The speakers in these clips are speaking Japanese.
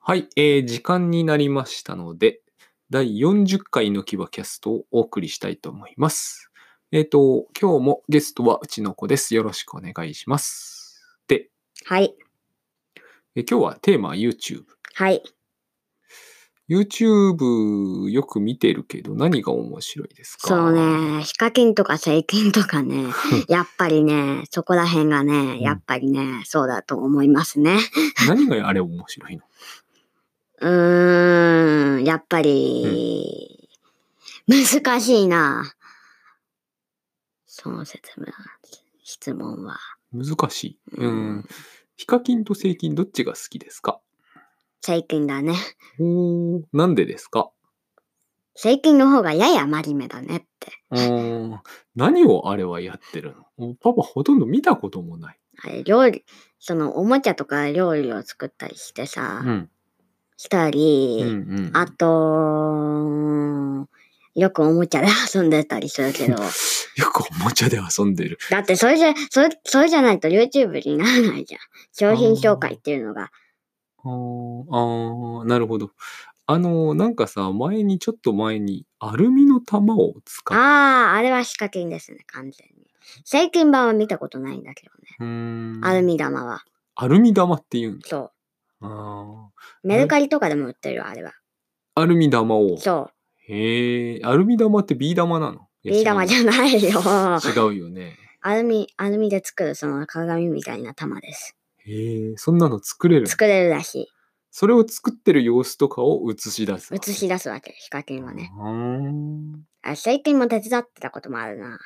はい、時間になりましたので、第40回のキバキャストをお送りしたいと思います。今日もゲストはうちの子です。よろしくお願いします。で、 はい。 今日はテーマは YouTube。 はい。 YouTube よく見てるけど何が面白いですか？ そうね、ヒカキンとかセイキンとかね、やっぱりね、そこら辺がね、やっぱりね、そうだと思いますね。 何があれ面白いの？ やっぱり、難しいな。その質問は。 難しい。ヒカキンとセイキンどっちが好きですか？ セイキンだね。 なんでですか？ セイキンの方がやや真面目だねって。 何をあれはやってるの？パパほとんど見たこともない。 あれ、料理、そのおもちゃとか料理を作ったりしてさ、したり、あと、よくおもちゃで遊んでたりするけど。 よくおもちゃで遊んでる。 だってそれじゃないと YouTube にならないじゃん。商品紹介っていうのが。 なるほど。なんかさ、ちょっと前にアルミの玉を使っあれはヒカキンですね、完全に。最近版は見たことないんだけどね。アルミ玉は。 アルミ玉って言うんだ。 そう。メルカリとかでも売ってるよ、あれは。 アルミ玉を。 そう。 へえ、アルミ玉ってビー玉なの？ ビー玉じゃないよ。 違うよね。 アルミで作るその鏡みたいな玉です。 へえ、そんなの作れる？ 作れるらしい。それを作ってる様子とかを映し出すわけ？ 映し出すわけ、ヒカキンはね。最近も手伝ってたこともあるな。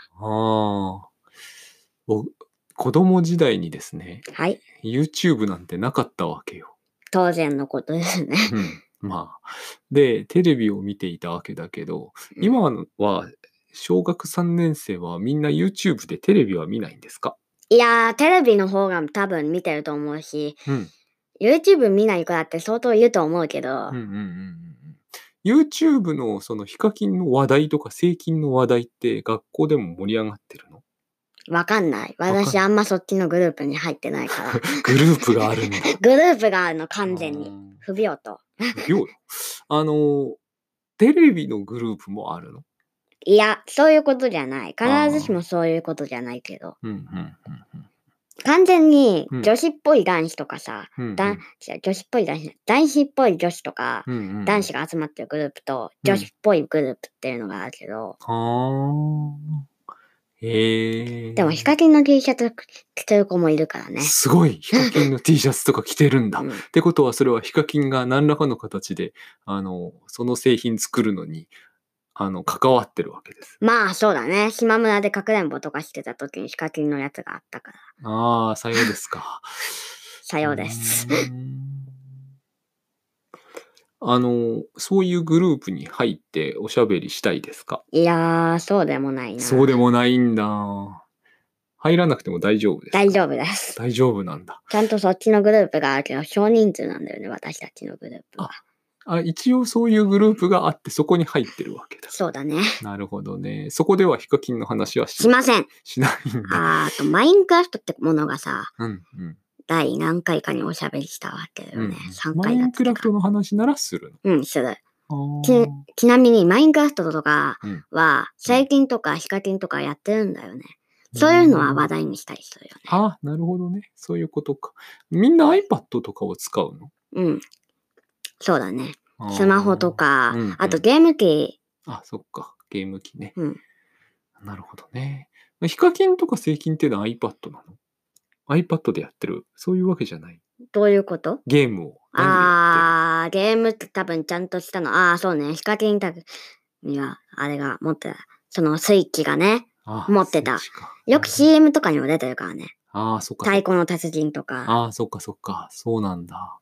子供時代にですね、 はい。 YouTube なんてなかったわけよ。 当然のことですね。 で、テレビを見ていたわけだけど、今は小学3年生はみんな YouTube でテレビは見ないんですか？ いやー、テレビの方が多分見てると思うし、YouTube 見ない子だって相当いると思うけど、 YouTube のそのヒカキンの話題とかセイキンの話題って学校でも盛り上がってるの？ わかんない。私あんまそっちのグループに入ってないから。 グループがあるんだ。 グループがあるの、完全に。不平等。 不平等？テレビのグループもあるの？ いや、そういうことじゃない。必ずしもそういうことじゃないけど。完全に女子っぽい男子とかさ、女子っぽい男子、男子っぽい女子とか、男子が集まってるグループと、女子っぽいグループっていうのがあるけど、でもヒカキンの T シャツ着てる子もいるからね。 すごいヒカキンの T シャツとか着てるんだ。ってことはそれはヒカキンが何らかの形で、その製品作るのに、関わってるわけです。 まあそうだね。島村でかくれんぼとかしてた時にヒカキンのやつがあったから。 さようですか。 さようです。 そういうグループに入っておしゃべりしたいですか？ いやー、そうでもないな。 そうでもないんだ。入らなくても大丈夫ですか？ 大丈夫です。 大丈夫なんだ。 ちゃんとそっちのグループがあるけど、少人数なんだよね、私たちのグループは。 一応そういうグループがあってそこに入ってるわけだ。 そうだね。 なるほどね。そこではヒカキンの話はしません。 しないんだ。 あと、マインクラフトってものがさ、第何回かにおしゃべりしたわけだよね。3回だった。 マインクラフトの話ならするの？する。ちなみにマインクラフトとかは、最近とかヒカキンとかやってるんだよね。そういうのは話題にしたりするよね。 なるほどね。そういうことか。みんな iPad とかを使うの？ そうだね。スマホとか、あとゲーム機。 そっか。ゲーム機ね。なるほどね。ヒカキンとかセイキンっていうのは iPad なの？ iPad でやってる。そういうわけじゃない。 どういうこと？ ゲームを。 ゲームって多分ちゃんとしたの。そうね。ヒカキンには、あれが持ってた。そのスイッチがね、持ってた。よく CM とかにも出てるからね。 そっか。 太鼓の達人とか。 そっかそっか。そうなんだ。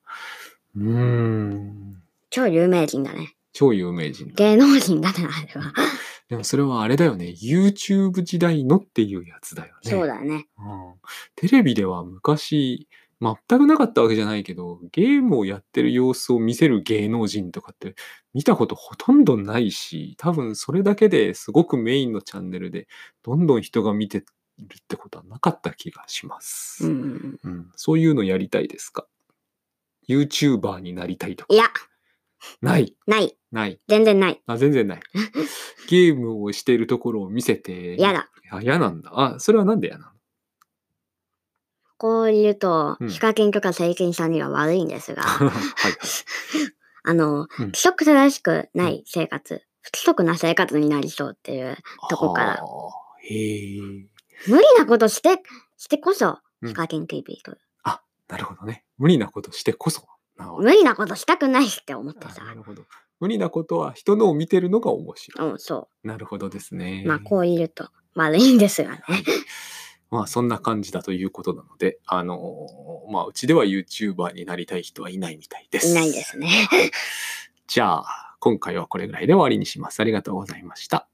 超有名人だね。 超有名人だ。 芸能人だね、あれは。 でもそれはあれだよね。YouTube 時代のっていうやつだよね。 そうだね。 テレビでは昔、全くなかったわけじゃないけど、ゲームをやってる様子を見せる芸能人とかって見たことほとんどないし、多分それだけですごくメインのチャンネルでどんどん人が見てるってことはなかった気がします。そういうのやりたいですか？ YouTuber になりたいとか。 いや。 ない。 ない。 ない。 全然ない。 全然ない。ゲームをしているところを見せて。 嫌だ。 嫌なんだ。それはなんで嫌なの？ こう言うと、ヒカキンとかセイキンさんには悪いんですが、はいはい、規則正しくない生活、不規則な生活になりそうっていうとこから。無理なことしてこそ、ヒカキン TV と。 なるほどね。無理なことしてこそ。 無理なことしたくないって思ってさ。 なるほど。無理なことは人のを見てるのが面白い。 そう。 なるほどですね。 こう言うと悪いんですがね。 そんな感じだということなので、うちでは YouTuber になりたい人はいないみたいです。 いないですね。 じゃあ、今回はこれぐらいで終わりにします。ありがとうございました。